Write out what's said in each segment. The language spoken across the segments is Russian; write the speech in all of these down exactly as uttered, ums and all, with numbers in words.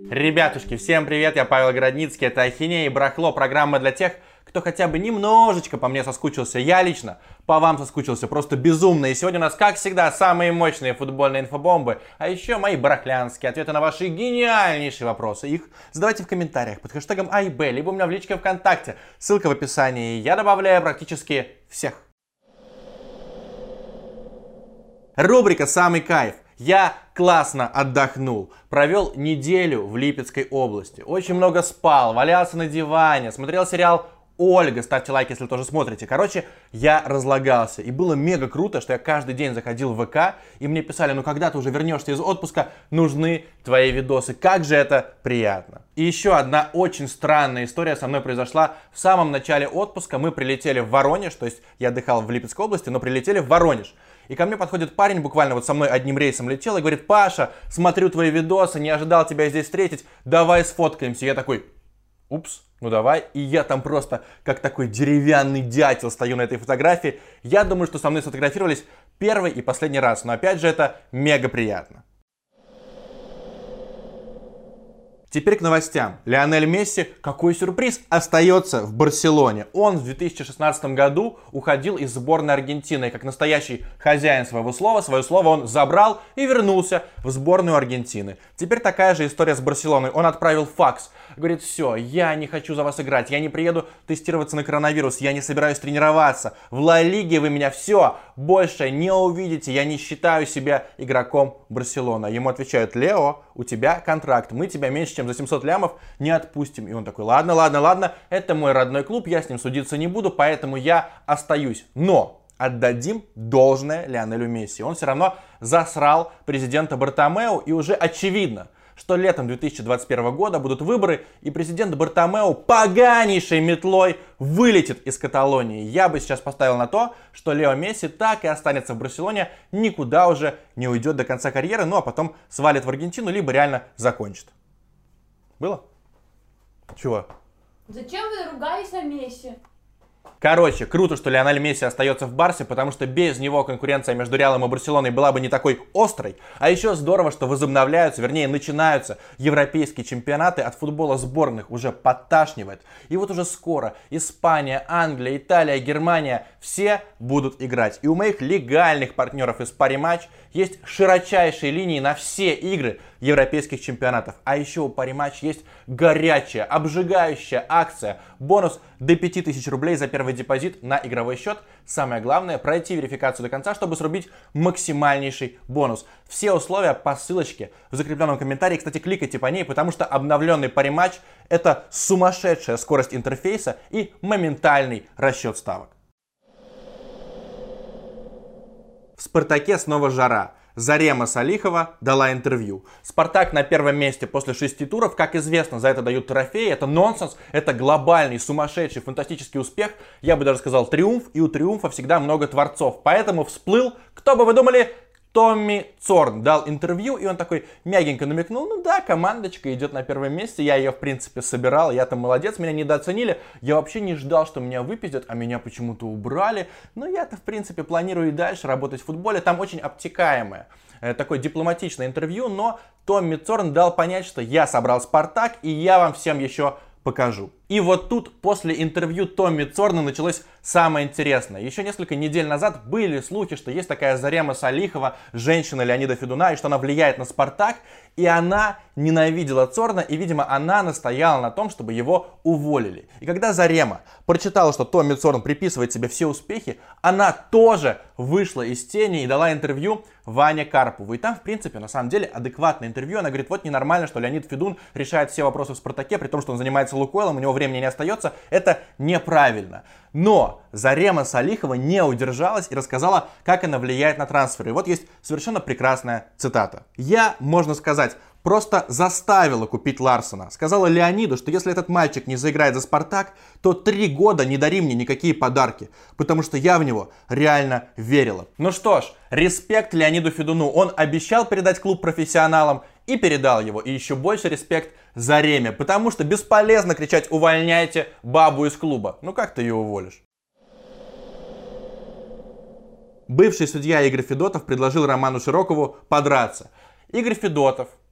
Ребятушки, всем привет, я Павел Городницкий, это Ахинея и Барахло, программа для тех, кто хотя бы немножечко по мне соскучился. Я лично по вам соскучился, просто безумно. И сегодня у нас, как всегда, самые мощные футбольные инфобомбы, а еще мои барахлянские ответы на ваши гениальнейшие вопросы. Их задавайте в комментариях под хэштегом А и Б, либо у меня в личке ВКонтакте, ссылка в описании. Я добавляю практически всех. Рубрика «Самый кайф». Я классно отдохнул, провел неделю в Липецкой области, очень много спал, валялся на диване, смотрел сериал «Ольга», ставьте лайк, если тоже смотрите. Короче, я разлагался, и было мега круто, что я каждый день заходил в ВК, и мне писали: ну когда ты уже вернешься из отпуска, нужны твои видосы, как же это приятно. И еще одна очень странная история со мной произошла в самом начале отпуска. Мы прилетели в Воронеж, то есть я отдыхал в Липецкой области, но прилетели в Воронеж. И ко мне подходит парень, буквально вот со мной одним рейсом летел, и говорит: Паша, смотрю твои видосы, не ожидал тебя здесь встретить, давай сфоткаемся. Я такой: упс, ну давай. И я там просто как такой деревянный дятел стою на этой фотографии. Я думаю, что со мной сфотографировались первый и последний раз, но опять же это мега приятно. Теперь к новостям. Лионель Месси, какой сюрприз, остается в Барселоне. Он в две тысячи шестнадцатом году уходил из сборной Аргентины. И как настоящий хозяин своего слова, свое слово он забрал и вернулся в сборную Аргентины. Теперь такая же история с Барселоной. Он отправил факс. Говорит: все, я не хочу за вас играть, я не приеду тестироваться на коронавирус, я не собираюсь тренироваться. В Ла Лиге вы меня все больше не увидите, я не считаю себя игроком Барселоны. Ему отвечают: Лео, у тебя контракт, мы тебя меньше чем за семьсот лямов не отпустим. И он такой: ладно, ладно, ладно, это мой родной клуб, я с ним судиться не буду, поэтому я остаюсь. Но отдадим должное Лионелю Месси. Он все равно засрал президента Бартомеу, и уже очевидно, что летом две тысячи двадцать первого года будут выборы, и президент Бартомеу поганейшей метлой вылетит из Каталонии. Я бы сейчас поставил на то, что Лео Месси так и останется в Барселоне, никуда уже не уйдет до конца карьеры, ну а потом свалит в Аргентину, либо реально закончит. Было? Чего? Зачем вы ругались о Месси? Короче, круто, что Лионель Месси остается в Барсе, потому что без него конкуренция между Реалом и Барселоной была бы не такой острой. А еще здорово, что возобновляются, вернее начинаются европейские чемпионаты. От футбола сборных уже подташнивает. И вот уже скоро Испания, Англия, Италия, Германия все будут играть. И у моих легальных партнеров из Parimatch есть широчайшие линии на все игры европейских чемпионатов. А еще у Parimatch есть горячая, обжигающая акция. Бонус до пяти тысяч рублей за первый депозит на игровой счет. Самое главное — пройти верификацию до конца, чтобы срубить максимальнейший бонус. Все условия по ссылочке в закрепленном комментарии. Кстати, кликайте по ней, потому что обновленный Parimatch — это сумасшедшая скорость интерфейса и моментальный расчет ставок. В «Спартаке» снова жара. Зарема Салихова дала интервью. «Спартак» на первом месте после шести туров. Как известно, за это дают трофеи. Это нонсенс, это глобальный, сумасшедший, фантастический успех. Я бы даже сказал триумф. И у триумфа всегда много творцов. Поэтому всплыл, кто бы вы думали, Томми Цорн дал интервью, и он такой мягенько намекнул: ну да, командочка идет на первом месте, я ее в принципе собирал, я там молодец, меня недооценили, я вообще не ждал, что меня выпиздят, а меня почему-то убрали, но я-то в принципе планирую и дальше работать в футболе. Там очень обтекаемое, такое дипломатичное интервью, но Томми Цорн дал понять, что я собрал Спартак, и я вам всем еще покажу. И вот тут после интервью Томми Цорна началось самое интересное. Еще несколько недель назад были слухи, что есть такая Зарема Салихова, женщина Леонида Федуна, и что она влияет на Спартак. И она ненавидела Цорна, и, видимо, она настояла на том, чтобы его уволили. И когда Зарема прочитала, что Томми Цорн приписывает себе все успехи, она тоже вышла из тени и дала интервью Ване Карпову. И там, в принципе, на самом деле адекватное интервью. Она говорит: вот ненормально, что Леонид Федун решает все вопросы в Спартаке, при том, что он занимается Лукойлом, у него времени не остается. Это неправильно. Но Зарема Салихова не удержалась и рассказала, как она влияет на трансферы. И вот есть совершенно прекрасная цитата. «Я, можно сказать, просто заставила купить Ларсона. Сказала Леониду, что если этот мальчик не заиграет за Спартак, то три года не дари мне никакие подарки, потому что я в него реально верила». Ну что ж, респект Леониду Федуну. Он обещал передать клуб профессионалам и передал его. И еще больше респект Зареме, потому что бесполезно кричать: увольняйте бабу из клуба. Ну как ты ее уволишь? Бывший судья Игорь Федотов предложил Роману Широкову подраться. Игорь Федотов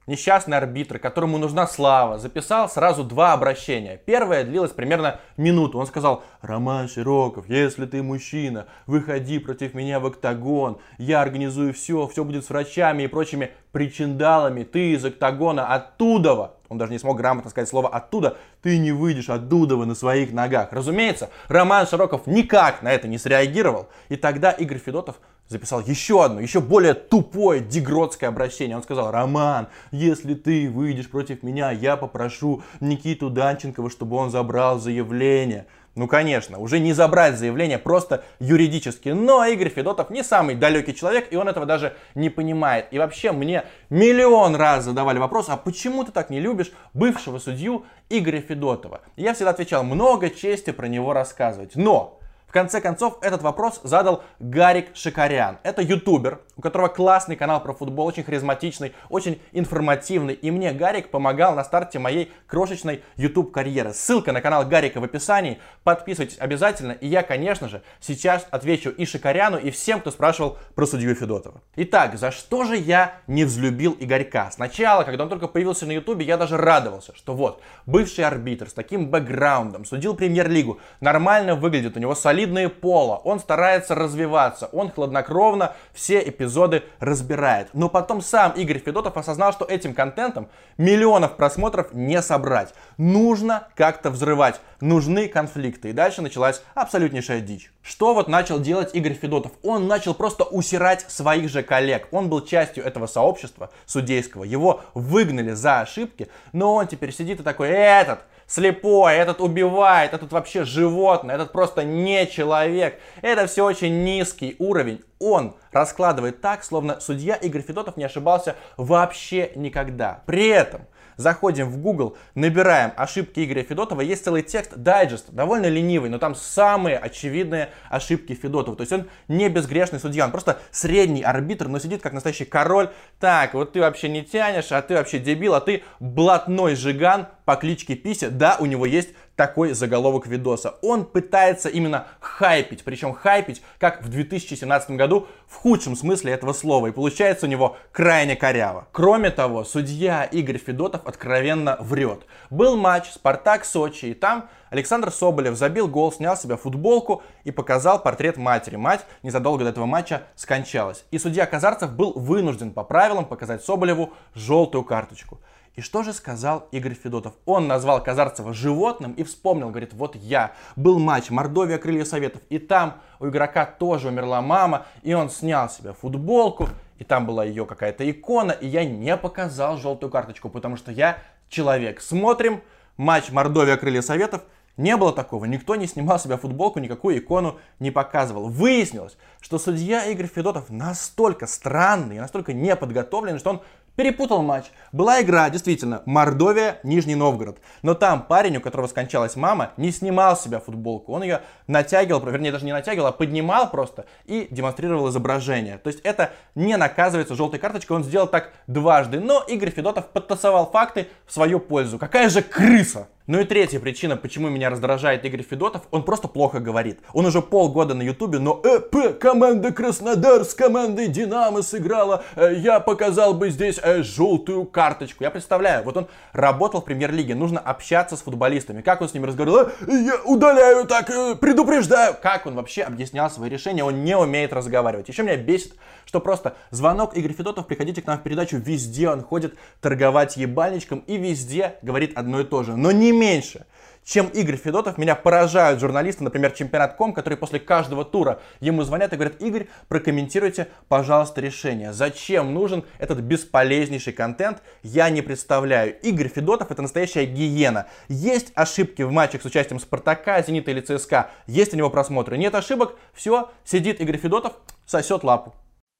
несчастный арбитр, которому нужна слава, записал сразу два обращения. Первое длилось примерно минуту. Он сказал: «Роман Широков, если ты мужчина, выходи против меня в октагон, я организую все, все будет с врачами и прочими причиндалами, ты из октагона оттуда». Он даже не смог грамотно сказать слово «оттуда», ты не выйдешь оттуда на своих ногах. Разумеется, Роман Широков никак на это не среагировал. И тогда Игорь Федотов записал еще одно, еще более тупое дегродское обращение. Он сказал: «Роман, если ты выйдешь против меня, я попрошу Никиту Данченкова, чтобы он забрал заявление». Ну, конечно, уже не забрать заявление просто юридически. Но Игорь Федотов не самый далекий человек, и он этого даже не понимает. И вообще мне миллион раз задавали вопрос: а почему ты так не любишь бывшего судью Игоря Федотова? И я всегда отвечал: много чести про него рассказывать. Но в конце концов, этот вопрос задал Гарик Шикарян. Это ютубер, у которого классный канал про футбол, очень харизматичный, очень информативный. И мне Гарик помогал на старте моей крошечной YouTube-карьеры. Ссылка на канал Гарика в описании. Подписывайтесь обязательно. И я, конечно же, сейчас отвечу и Шикаряну, и всем, кто спрашивал про судью Федотова. Итак, за что же я не взлюбил Игорька? Сначала, когда он только появился на ютубе, я даже радовался, что вот, бывший арбитр с таким бэкграундом, судил премьер-лигу, нормально выглядит, у него солидный Солидное поло, он старается развиваться, он хладнокровно все эпизоды разбирает. Но потом сам Игорь Федотов осознал, что этим контентом миллионов просмотров не собрать. Нужно как-то взрывать, нужны конфликты. И дальше началась абсолютнейшая дичь. Что вот начал делать Игорь Федотов? Он начал просто усирать своих же коллег. Он был частью этого сообщества судейского, его выгнали за ошибки, но он теперь сидит и такой: этот слепой, этот убивает, этот вообще животное, этот просто не человек. Это все очень низкий уровень. Он раскладывает так, словно судья Игорь Федотов не ошибался вообще никогда. При этом заходим в Google, набираем ошибки Игоря Федотова, есть целый текст, дайджест, довольно ленивый, но там самые очевидные ошибки Федотова. То есть он не безгрешный судья, он просто средний арбитр, но сидит как настоящий король. Так, вот ты вообще не тянешь, а ты вообще дебил, а ты блатной жиган по кличке Пися. Да, у него есть такой заголовок видоса. Он пытается именно хайпить, причем хайпить, как в две тысячи семнадцатом году, в худшем смысле этого слова. И получается у него крайне коряво. Кроме того, судья Игорь Федотов откровенно врет. Был матч Спартак-Сочи, и там Александр Соболев забил гол, снял с себя футболку и показал портрет матери. Мать незадолго до этого матча скончалась. И судья Казарцев был вынужден по правилам показать Соболеву желтую карточку. И что же сказал Игорь Федотов? Он назвал Казарцева животным и вспомнил, говорит: вот я, был матч Мордовия, Крылья Советов, и там у игрока тоже умерла мама, и он снял с себя футболку, и там была ее какая-то икона, и я не показал желтую карточку, потому что я человек. Смотрим матч Мордовия, Крылья Советов. Не было такого, никто не снимал с себя футболку, никакую икону не показывал. Выяснилось, что судья Игорь Федотов настолько странный, настолько неподготовленный, что он перепутал матч. Была игра, действительно, Мордовия, Нижний Новгород. Но там парень, у которого скончалась мама, не снимал с себя футболку. Он ее натягивал, вернее, даже не натягивал, а поднимал просто и демонстрировал изображение. То есть это не наказывается желтой карточкой, он сделал так дважды. Но Игорь Федотов подтасовал факты в свою пользу. Какая же крыса! Ну и третья причина, почему меня раздражает Игорь Федотов, он просто плохо говорит. Он уже полгода на ютубе, но ЭП, команда Краснодар с командой Динамо сыграла, э, я показал бы здесь э, желтую карточку. Я представляю, вот он работал в премьер-лиге, нужно общаться с футболистами. Как он с ними разговаривал? Э, я удаляю, так, э, предупреждаю. Как он вообще объяснял свои решения? Он не умеет разговаривать. Еще меня бесит, что просто звонок: Игорь Федотов, приходите к нам в передачу. Везде он ходит торговать ебальничком и везде говорит одно и то же. Но не меньше, чем Игорь Федотов, меня поражают журналисты, например, Чемпионат точка ком, которые после каждого тура ему звонят и говорят: Игорь, прокомментируйте, пожалуйста, решение. Зачем нужен этот бесполезнейший контент, я не представляю. Игорь Федотов — это настоящая гиена. Есть ошибки в матчах с участием Спартака, Зенита или ЦСКА, есть у него просмотры. Нет ошибок, все, сидит Игорь Федотов, сосет лапу.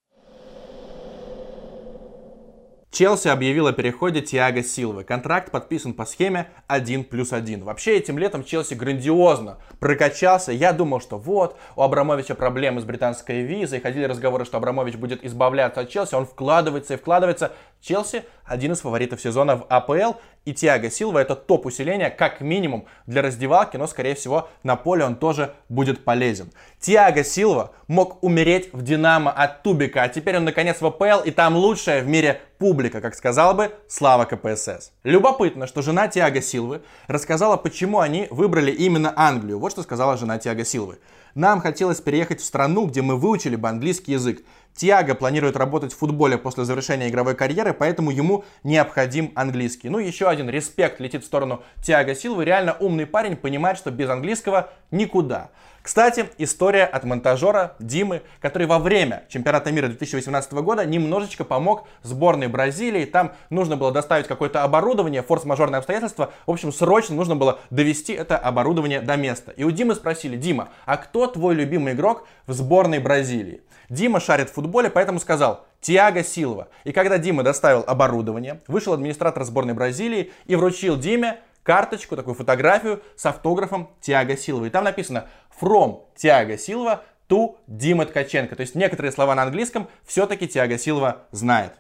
Челси объявил о переходе Тиаго Силвы. Контракт подписан по схеме один плюс один. Вообще этим летом Челси грандиозно прокачался. Я думал, что вот, у Абрамовича проблемы с британской визой. Ходили разговоры, что Абрамович будет избавляться от Челси. Он вкладывается и вкладывается. Челси один из фаворитов сезона в АПЛ. и Тиаго Силва это топ усиления, как минимум для раздевалки, но скорее всего на поле он тоже будет полезен. Тиаго Силва мог умереть в Динамо от тубика, а теперь он наконец в АПЛ, и там лучшая в мире публика, как сказал бы Слава КПСС. Любопытно, что жена Тиаго Силвы рассказала, почему они выбрали именно Англию. Вот что сказала жена Тиаго Силвы. Нам хотелось переехать в страну, где мы выучили бы английский язык. Тиаго планирует работать в футболе после завершения игровой карьеры, поэтому ему необходим английский. Ну, еще один респект летит в сторону Тиаго Силвы. Реально умный парень, понимает, что без английского никуда. Кстати, история от монтажера Димы, который во время чемпионата мира две тысячи восемнадцатого года немножечко помог сборной Бразилии. Там нужно было доставить какое-то оборудование, форс-мажорные обстоятельства. В общем, срочно нужно было довести это оборудование до места. И у Димы спросили: Дима, а кто твой любимый игрок в сборной Бразилии? Дима шарит в футболе, поэтому сказал: Тиаго Силва. И когда Дима доставил оборудование, вышел администратор сборной Бразилии и вручил Диме карточку, такую фотографию с автографом Тиаго Силвы. И там написано «From Тиаго Силва to Дима Ткаченко». То есть некоторые слова на английском все-таки Тиаго Силва знает.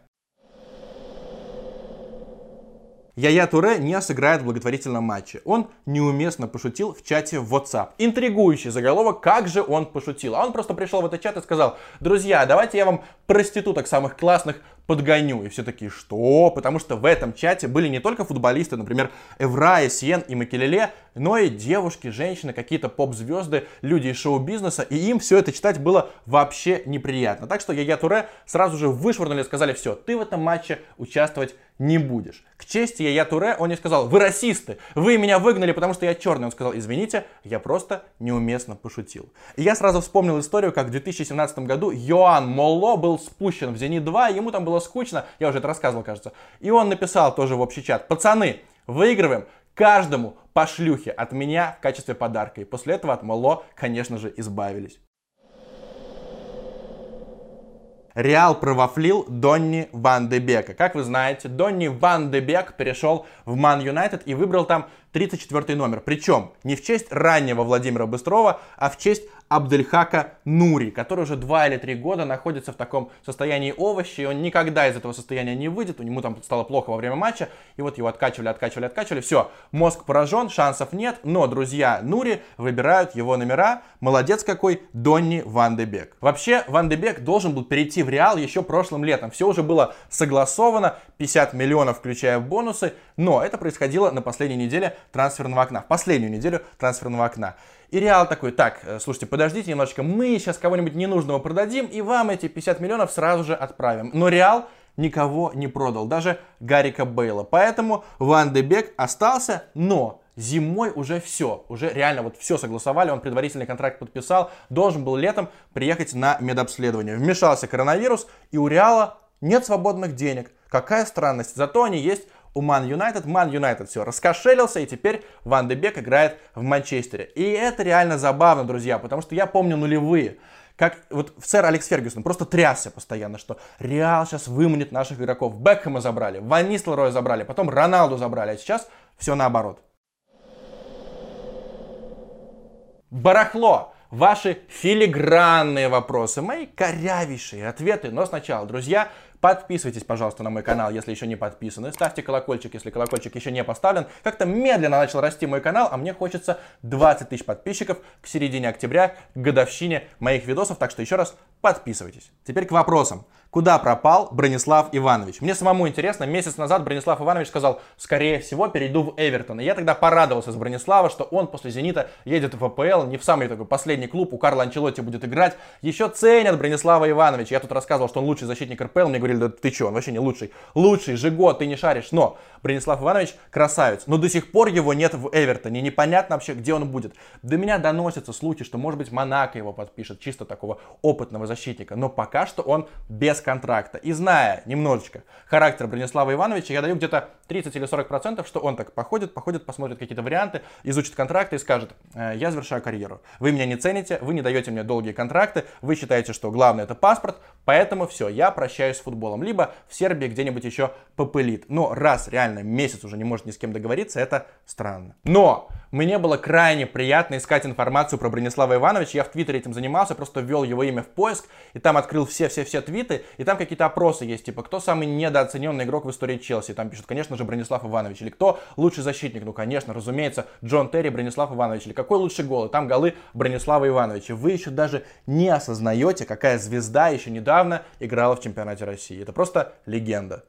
Яя Туре не сыграет в благотворительном матче. Он неуместно пошутил в чате в WhatsApp. Интригующий заголовок, как же он пошутил. А он просто пришел в этот чат и сказал: друзья, давайте я вам проституток самых классных подгоню. И все такие: что? Потому что в этом чате были не только футболисты, например, Эвра, Эссиен и Макелеле, но и девушки, женщины, какие-то поп-звезды, люди из шоу-бизнеса. И им все это читать было вообще неприятно. Так что Яя Туре сразу же вышвырнули и сказали: все, ты в этом матче участвовать не будешь. К чести Яя Туре он не сказал: вы расисты, вы меня выгнали, потому что я черный. Он сказал: извините, я просто неуместно пошутил. И я сразу вспомнил историю, как в две тысячи семнадцатом году Йоан Молло был спущен в Зенит два, ему там было скучно, я уже это рассказывал, кажется. И он написал тоже в общий чат: пацаны, выигрываем каждому по шлюхе от меня в качестве подарка. И после этого от Молло, конечно же, избавились. Реал провафлил Донни Ван де Бека. Как вы знаете, Донни Ван де Бек перешел в Ман Юнайтед и выбрал там тридцать четвёртый номер. Причем не в честь раннего Владимира Быстрова, а в честь Абдельхака Нури, который уже два или три года находится в таком состоянии овоща, и он никогда из этого состояния не выйдет, у него там стало плохо во время матча, и вот его откачивали, откачивали, откачивали, все, мозг поражен, шансов нет, но друзья Нури выбирают его номера, молодец какой, Донни Ван де Бек. Вообще, Ван де Бек должен был перейти в Реал еще прошлым летом, все уже было согласовано, пятьдесят миллионов включая бонусы, но это происходило на последней неделе трансферного окна, в последнюю неделю трансферного окна. И Реал такой: так, слушайте, подождите немножечко, мы сейчас кого-нибудь ненужного продадим, и вам эти пятьдесят миллионов сразу же отправим. Но Реал никого не продал, даже Гарика Бейла. Поэтому Ван де Бек остался, но зимой уже все, уже реально вот все согласовали, он предварительный контракт подписал, должен был летом приехать на медобследование. Вмешался коронавирус, и у Реала нет свободных денег. Какая странность, зато они есть у Ман Юнайтед. Ман Юнайтед все раскошелился, и теперь Ван де Бек играет в Манчестере. И это реально забавно, друзья, потому что я помню нулевые, как вот сэр Алекс Фергюсон просто трясся постоянно, что Реал сейчас выманит наших игроков. Бекхэма забрали, Ван Нистелрooя забрали, потом Роналду забрали, а сейчас все наоборот. Барахло. Ваши филигранные вопросы, мои корявейшие ответы. Но сначала, друзья, подписывайтесь, пожалуйста, на мой канал, если еще не подписаны. Ставьте колокольчик, если колокольчик еще не поставлен. Как-то медленно начал расти мой канал, а мне хочется двадцать тысяч подписчиков к середине октября, к годовщине моих видосов. Так что еще раз подписывайтесь. Теперь к вопросам. Куда пропал Бронислав Иванович? Мне самому интересно, месяц назад Бронислав Иванович сказал: скорее всего, перейду в Эвертон. И я тогда порадовался с Бронислава, что он после Зенита едет в АПЛ, не в самый такой последний клуб, у Карла Анчелотти будет играть. Еще ценят Бронислава Ивановича. Я тут рассказывал, что он лучший защитник РПЛ, мне говорили: да ты че, он вообще не лучший. Лучший, Жиго, ты не шаришь. Но Бронислав Иванович красавец. Но до сих пор его нет в Эвертоне. Непонятно вообще, где он будет. До меня доносятся слухи, что, может быть, Монако его подпишет, чисто такого опытного защитника. Но пока что он без контракта. И зная немножечко характер Бронислава Ивановича, я даю где-то тридцать или сорок процентов, что он так походит, походит, посмотрит какие-то варианты, изучит контракты и скажет: я завершаю карьеру. Вы меня не цените, вы не даете мне долгие контракты, вы считаете, что главное это паспорт, поэтому все, я прощаюсь с футболом. Либо в Сербии где-нибудь еще попылит. Но раз реально месяц уже не может ни с кем договориться, это странно. Но мне было крайне приятно искать информацию про Бронислава Ивановича. Я в Твиттере этим занимался, просто ввел его имя в поиск. поиск, и там открыл все-все-все твиты, и там какие-то опросы есть, типа, кто самый недооцененный игрок в истории Челси? Там пишут, конечно же, Бронислав Иванович. Или кто лучший защитник? Ну, конечно, разумеется, Джон Терри, Бронислав Иванович. Или какой лучший гол? И там голы Бронислава Ивановича. Вы еще даже не осознаете, какая звезда еще недавно играла в чемпионате России. Это просто легенда.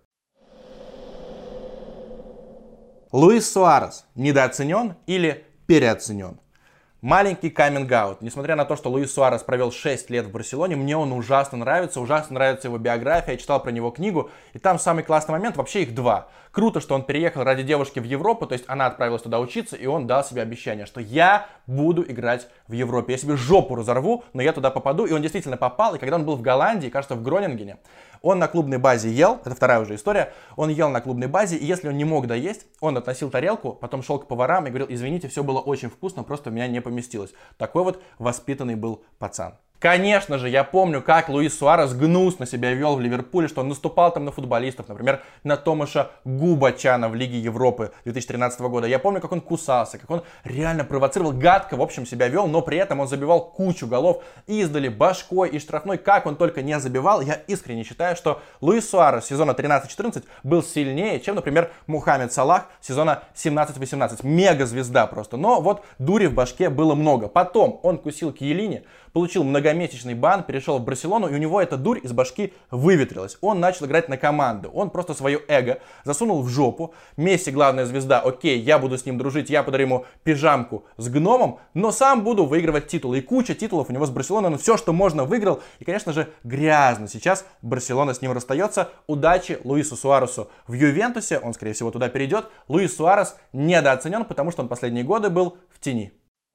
Луис Суарес недооценен или переоценен? Маленький каминг-аут. Несмотря на то, что Луис Суарес провел шесть лет в Барселоне, мне он ужасно нравится, ужасно нравится его биография, я читал про него книгу, и там самый классный момент, вообще их два. Круто, что он переехал ради девушки в Европу, то есть она отправилась туда учиться, и он дал себе обещание, что я буду играть в Европе, я себе жопу разорву, но я туда попаду, и он действительно попал, и когда он был в Голландии, кажется, в Гронингене, он на клубной базе ел, это вторая уже история, он ел на клубной базе, и если он не мог доесть, он относил тарелку, потом шел к поварам и говорил, извините, все было очень вкусно, просто у меня не поместилось. Такой вот воспитанный был пацан. Конечно же, я помню, как Луис Суарес гнусно себя вел в Ливерпуле, что он наступал там на футболистов, например, на Томаша Губачана в Лиге Европы две тысячи тринадцатого года. Я помню, как он кусался, как он реально провоцировал, гадко, в общем, себя вел, но при этом он забивал кучу голов издали, башкой и штрафной, как он только не забивал. Я искренне считаю, что Луис Суарес сезона тринадцать-четырнадцать был сильнее, чем, например, Мухаммед Салах сезона семнадцать-восемнадцать. Мега звезда просто, но вот дури в башке было много. Потом он кусил Кьелини, получил многомесячный бан, перешел в Барселону, и у него эта дурь из башки выветрилась. Он начал играть на команду, он просто свое эго засунул в жопу. Месси главная звезда, окей, я буду с ним дружить, я подарю ему пижамку с гномом, но сам буду выигрывать титулы. И куча титулов у него с Барселоной, он все, что можно, выиграл. И, конечно же, грязно. Сейчас Барселона с ним расстается. Удачи Луису Суаресу в Ювентусе, он, скорее всего, туда перейдет. Луис Суарес недооценен, потому что он последние годы был в тени.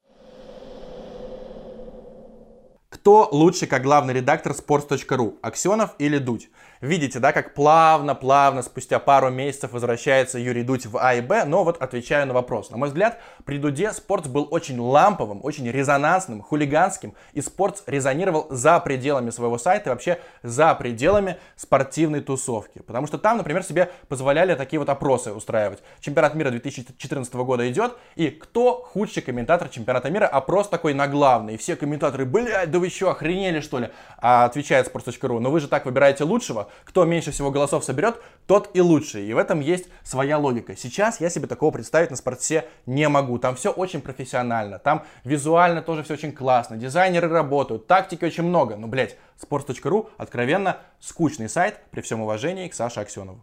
Кто лучше как главный редактор sports точка ру, Аксенов или Дудь? Видите, да, как плавно-плавно спустя пару месяцев возвращается Юрий Дудь в А и Б, но вот отвечаю на вопрос. На мой взгляд, при Дуде Спортс был очень ламповым, очень резонансным, хулиганским, и Спортс резонировал за пределами своего сайта и вообще за пределами спортивной тусовки. Потому что там, например, себе позволяли такие вот опросы устраивать. Чемпионат мира две тысячи четырнадцатого года идет, и кто худший комментатор чемпионата мира? Опрос такой наглавный. И все комментаторы, блядь, да вы что, охренели что ли? А отвечает sports точка ру, но вы же так выбираете лучшего. Кто меньше всего голосов соберет, тот и лучший. И в этом есть своя логика. Сейчас я себе такого представить на Спортсе не могу. Там все очень профессионально. Там визуально тоже все очень классно. Дизайнеры работают. Тактики очень много. Но, блядь, sports точка ру откровенно скучный сайт при всем уважении к Саше Аксенову.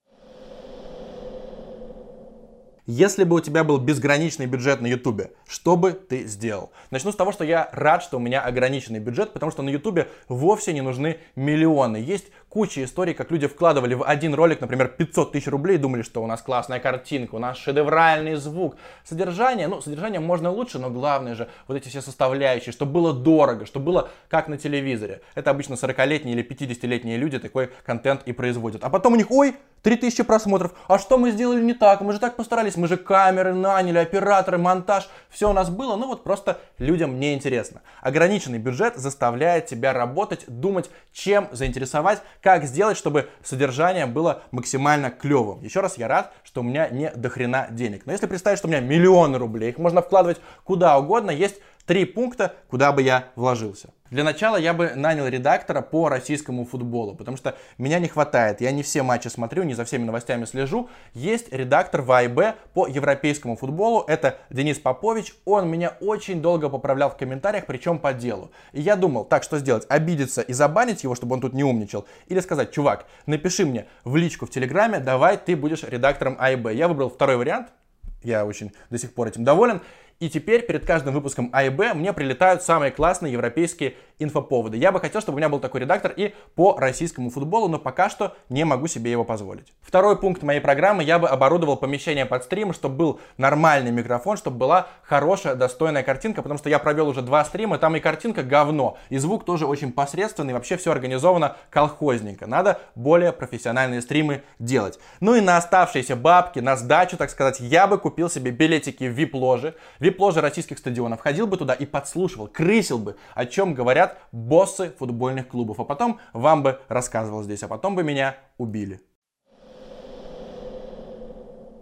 Если бы у тебя был безграничный бюджет на Ютубе, что бы ты сделал? Начну с того, что я рад, что у меня ограниченный бюджет, потому что на Ютубе вовсе не нужны миллионы. Есть куча историй, как люди вкладывали в один ролик, например, пятьсот тысяч рублей, думали, что у нас классная картинка, у нас шедевральный звук. Содержание, ну, содержание можно лучше, но главное же вот эти все составляющие, чтобы было дорого, чтобы было как на телевизоре. Это обычно сорокалетние или пятидесятилетние люди такой контент и производят. А потом у них, ой, три тысячи просмотров, а что мы сделали не так? Мы же так постарались, мы же камеры наняли, операторы, монтаж, все у нас было, ну вот просто людям не интересно. Ограниченный бюджет заставляет тебя работать, думать, чем заинтересовать, как сделать, чтобы содержание было максимально клевым. Еще раз, я рад, что у меня не дохрена денег. Но если представить, что у меня миллионы рублей, их можно вкладывать куда угодно, есть три пункта, куда бы я вложился. Для начала я бы нанял редактора по российскому футболу, потому что меня не хватает. Я не все матчи смотрю, не за всеми новостями слежу. Есть редактор в А и Б по европейскому футболу. Это Денис Попович. Он меня очень долго поправлял в комментариях, причем по делу. И я думал, так, что сделать? Обидеться и забанить его, чтобы он тут не умничал? Или сказать, чувак, напиши мне в личку в Телеграме, давай ты будешь редактором А и Б. Я выбрал второй вариант. Я очень до сих пор этим доволен. И теперь перед каждым выпуском А и Б мне прилетают самые классные европейские инфоповоды. Я бы хотел, чтобы у меня был такой редактор и по российскому футболу, но пока что не могу себе его позволить. Второй пункт моей программы: я бы оборудовал помещение под стрим, чтобы был нормальный микрофон, чтобы была хорошая, достойная картинка, потому что я провел уже два стрима, там и картинка говно, и звук тоже очень посредственный, вообще все организовано колхозненько. Надо более профессиональные стримы делать. Ну и на оставшиеся бабки, на сдачу, так сказать, я бы купил себе билетики в ви ай пи-ложи, ви ай пи-ложи российских стадионов, ходил бы туда и подслушивал, крысил бы, о чем говорят боссы футбольных клубов, а потом вам бы рассказывал здесь, а потом бы меня убили.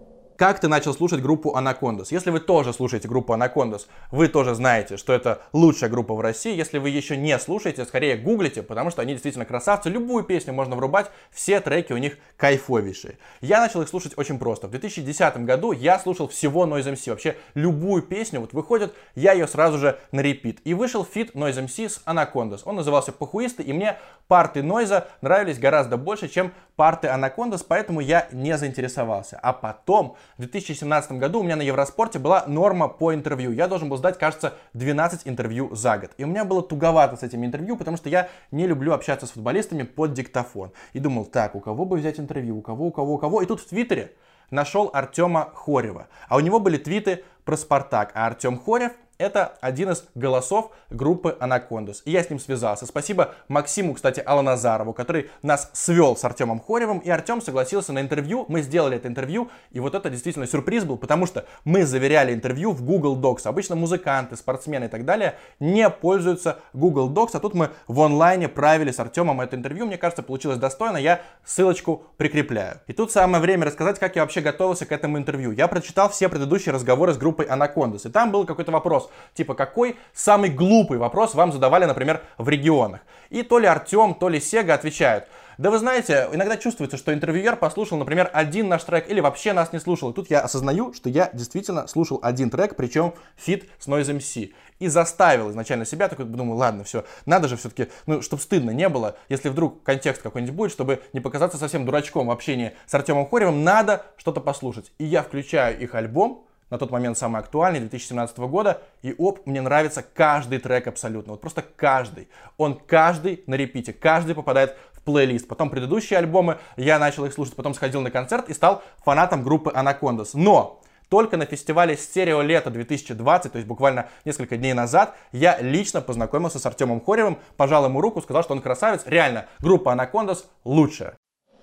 как ты начал слушать группу Anacondas? Если вы тоже слушаете группу Anacondas, вы тоже знаете, что это лучшая группа в России. Если вы еще не слушаете, скорее гуглите, потому что они действительно красавцы. Любую песню можно врубать, все треки у них кайфовейшие. Я начал их слушать очень просто. В две тысячи десятом году я слушал всего Noise эм си. Вообще любую песню вот выходит, я ее сразу же на репит. И вышел фит Noise эм си с Anacondas. Он назывался «Похуисты», и мне парты Noise нравились гораздо больше, чем парты Anacondas, поэтому я не заинтересовался. А потом, в две тысячи семнадцатом году у меня на Евроспорте была норма по интервью. Я должен был сдать, кажется, двенадцать интервью за год. И у меня было туговато с этими интервью, потому что я не люблю общаться с футболистами под диктофон. И думал, так, у кого бы взять интервью, у кого, у кого, у кого. И тут в Твиттере нашел Артема Хорева. А у него были твиты про Спартак. А Артем Хорев — это один из голосов группы Anacondas. И я с ним связался. Спасибо Максиму, кстати, Аланазарову, который нас свел с Артемом Хоревым. И Артем согласился на интервью. Мы сделали это интервью. И вот это действительно сюрприз был, потому что мы заверяли интервью в Google Docs. Обычно музыканты, спортсмены и так далее не пользуются Google Docs. А тут мы в онлайне правили с Артемом это интервью. Мне кажется, получилось достойно. Я ссылочку прикрепляю. И тут самое время рассказать, как я вообще готовился к этому интервью. Я прочитал все предыдущие разговоры с группой Anacondas. И там был какой-то вопрос. Типа, какой самый глупый вопрос вам задавали, например, в регионах? И то ли Артем, то ли Сега отвечают. Да вы знаете, иногда чувствуется, что интервьюер послушал, например, один наш трек или вообще нас не слушал. И тут я осознаю, что я действительно слушал один трек, причем фит с Noise эм си. И заставил изначально себя, такой, думаю, ладно, все, надо же все-таки, ну, чтобы стыдно не было, если вдруг контекст какой-нибудь будет, чтобы не показаться совсем дурачком в общении с Артемом Хоревым, надо что-то послушать. И я включаю их альбом, на тот момент самый актуальный, две тысячи семнадцатого года, и оп, мне нравится каждый трек абсолютно, вот просто каждый. Он каждый на репите, каждый попадает в плейлист. Потом предыдущие альбомы, я начал их слушать, потом сходил на концерт и стал фанатом группы Anacondas. Но только на фестивале «Стерео Лето» две тысячи двадцать, то есть буквально несколько дней назад, я лично познакомился с Артемом Хоревым, пожал ему руку, сказал, что он красавец. Реально, группа Anacondas лучшая.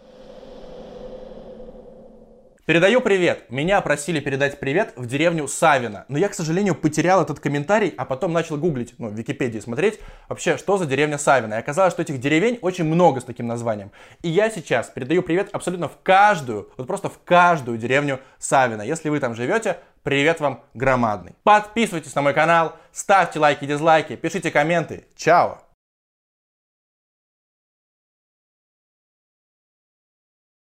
Передаю привет. Меня просили передать привет в деревню Савино. Но я, к сожалению, потерял этот комментарий, а потом начал гуглить, ну, в Википедии смотреть, вообще, что за деревня Савино. И оказалось, что этих деревень очень много с таким названием. И я сейчас передаю привет абсолютно в каждую, вот просто в каждую деревню Савино. Если вы там живете, привет вам громадный. Подписывайтесь на мой канал, ставьте лайки и дизлайки, пишите комменты. Чао!